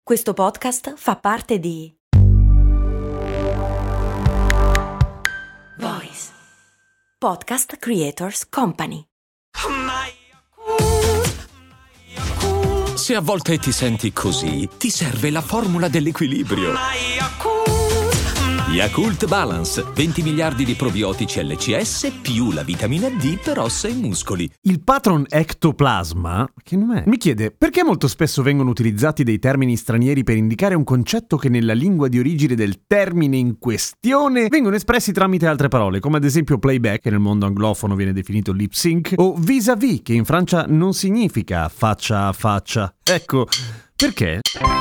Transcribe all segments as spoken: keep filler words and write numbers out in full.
Questo podcast fa parte di Voice Podcast Creators Company. Se a volte ti senti così, ti serve la formula dell'equilibrio. Yakult Balance, venti miliardi di probiotici L C S più la vitamina D per ossa e muscoli. Il patron ectoplasma, che nome è? Mi chiede perché molto spesso vengono utilizzati dei termini stranieri per indicare un concetto che nella lingua di origine del termine in questione vengono espressi tramite altre parole, come ad esempio playback, che nel mondo anglofono viene definito lip sync, o vis-à-vis, che in Francia non significa faccia a faccia. Ecco, perché?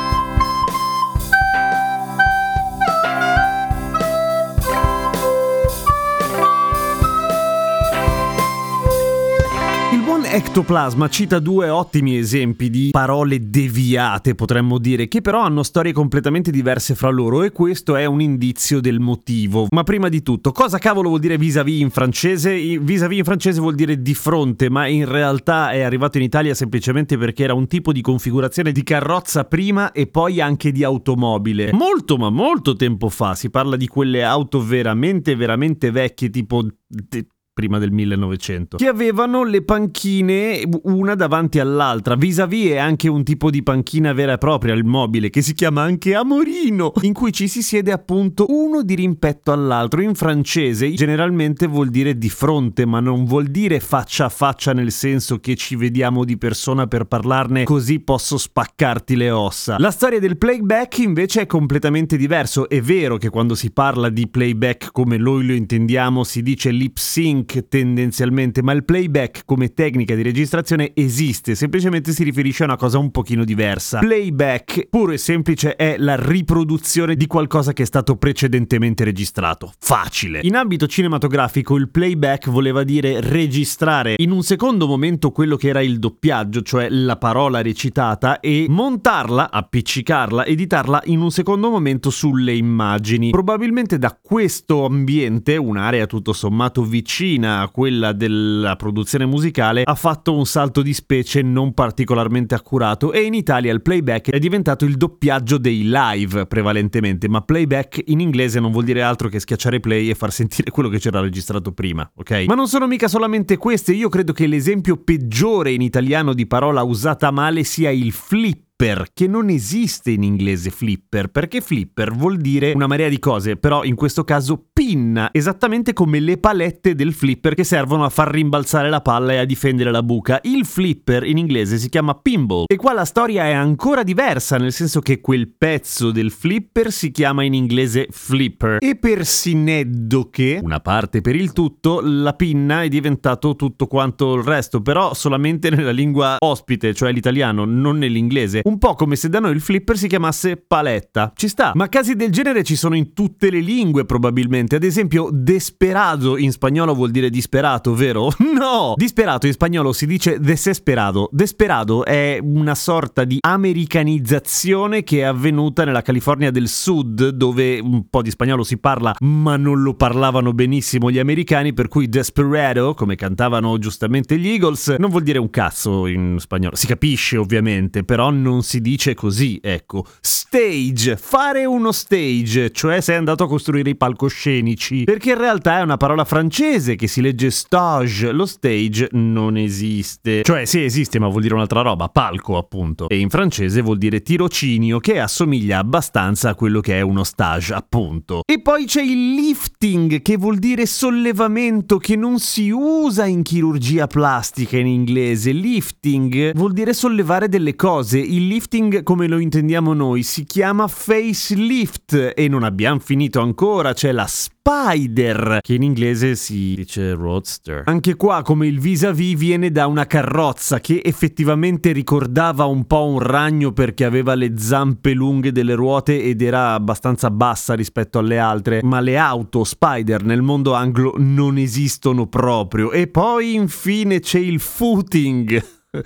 Ectoplasma cita due ottimi esempi di parole deviate, potremmo dire, che però hanno storie completamente diverse fra loro, e questo è un indizio del motivo. Ma prima di tutto, cosa cavolo vuol dire vis-à-vis in francese? Vis-à-vis in francese vuol dire di fronte, ma in realtà è arrivato in Italia semplicemente perché era un tipo di configurazione di carrozza prima e poi anche di automobile. Molto ma molto tempo fa, si parla di quelle auto veramente veramente vecchie, tipo prima del millenovecento, che avevano le panchine una davanti all'altra. Vis-à-vis è anche un tipo di panchina vera e propria, il mobile, che si chiama anche amorino, in cui ci si siede appunto uno di rimpetto all'altro. In francese generalmente vuol dire di fronte, ma non vuol dire faccia a faccia nel senso che ci vediamo di persona per parlarne così posso spaccarti le ossa. La storia del playback invece è completamente diverso. È vero che quando si parla di playback come noi lo intendiamo si dice lip sync tendenzialmente, ma il playback come tecnica di registrazione esiste, semplicemente si riferisce a una cosa un pochino diversa. Playback puro e semplice è la riproduzione di qualcosa che è stato precedentemente registrato. Facile. In ambito cinematografico il playback voleva dire registrare in un secondo momento quello che era il doppiaggio, cioè la parola recitata, e montarla, appiccicarla, editarla in un secondo momento sulle immagini. Probabilmente da questo ambiente, un'area tutto sommato vicina a quella della produzione musicale, ha fatto un salto di specie non particolarmente accurato, e in Italia il playback è diventato il doppiaggio dei live prevalentemente, ma playback in inglese non vuol dire altro che schiacciare play e far sentire quello che c'era registrato prima, ok? Ma non sono mica solamente queste. Io credo che l'esempio peggiore in italiano di parola usata male sia il flip, che non esiste in inglese flipper, perché flipper vuol dire una marea di cose, però in questo caso pinna, esattamente come le palette del flipper che servono a far rimbalzare la palla e a difendere la buca. Il flipper in inglese si chiama pinball, e qua la storia è ancora diversa, nel senso che quel pezzo del flipper si chiama in inglese flipper, e per sineddo che, una parte per il tutto, la pinna è diventato tutto quanto il resto, però solamente nella lingua ospite, cioè l'italiano, non nell'inglese. Un po' come se da noi il flipper si chiamasse paletta. Ci sta, ma casi del genere ci sono in tutte le lingue probabilmente. Ad esempio desperado in spagnolo vuol dire disperato, vero? No! Disperato in spagnolo si dice desesperado. Desperado è una sorta di americanizzazione che è avvenuta nella California del Sud, dove un po' di spagnolo si parla, ma non lo parlavano benissimo gli americani, per cui desperado, come cantavano giustamente gli Eagles, non vuol dire un cazzo in spagnolo. Si capisce ovviamente, però non Non si dice così, ecco. Stage, fare uno stage, cioè sei andato a costruire i palcoscenici, perché in realtà è una parola francese che si legge stage. Lo stage non esiste, cioè sì esiste, ma vuol dire un'altra roba, palco appunto, e in francese vuol dire tirocinio, che assomiglia abbastanza a quello che è uno stage appunto. E poi c'è il lifting, che vuol dire sollevamento, che non si usa in chirurgia plastica in inglese. Lifting vuol dire sollevare delle cose. Il lifting come lo intendiamo noi si chiama facelift, e non abbiamo finito ancora, c'è la Spider, che in inglese si dice roadster. Anche qua, come il vis-à-vis, viene da una carrozza che effettivamente ricordava un po' un ragno perché aveva le zampe lunghe delle ruote ed era abbastanza bassa rispetto alle altre, ma le auto Spider nel mondo anglo non esistono proprio. E poi infine c'è il footing,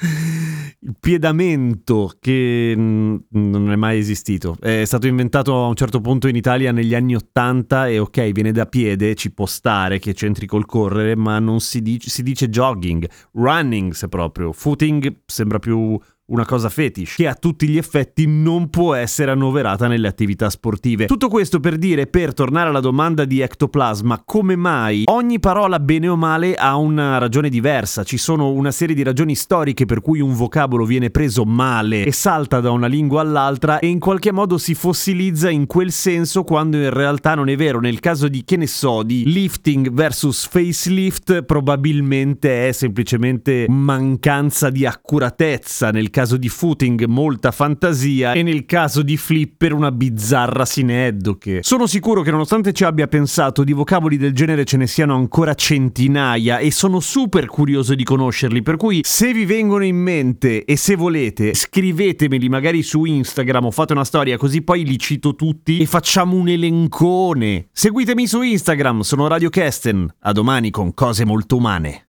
il piedamento, che non è mai esistito. È stato inventato a un certo punto in Italia negli anni ottanta e ok, viene da piede, ci può stare che c'entri col correre, ma non si dice, si dice jogging, running se proprio. Footing sembra più una cosa fetish, che a tutti gli effetti non può essere annoverata nelle attività sportive. Tutto questo per dire, per tornare alla domanda di ectoplasma, come mai ogni parola bene o male ha una ragione diversa. Ci sono una serie di ragioni storiche per cui un vocabolo viene preso male e salta da una lingua all'altra e in qualche modo si fossilizza in quel senso quando in realtà non è vero. Nel caso di, che ne so, di lifting versus facelift, probabilmente è semplicemente mancanza di accuratezza. Nel caso di footing molta fantasia e nel caso di flipper una bizzarra sineddoche. Sono sicuro che nonostante ci abbia pensato, di vocaboli del genere ce ne siano ancora centinaia e sono super curioso di conoscerli, per cui se vi vengono in mente e se volete scrivetemeli magari su Instagram o fate una storia così poi li cito tutti e facciamo un elencone. Seguitemi su Instagram, sono Radio Kesten. A domani con cose molto umane.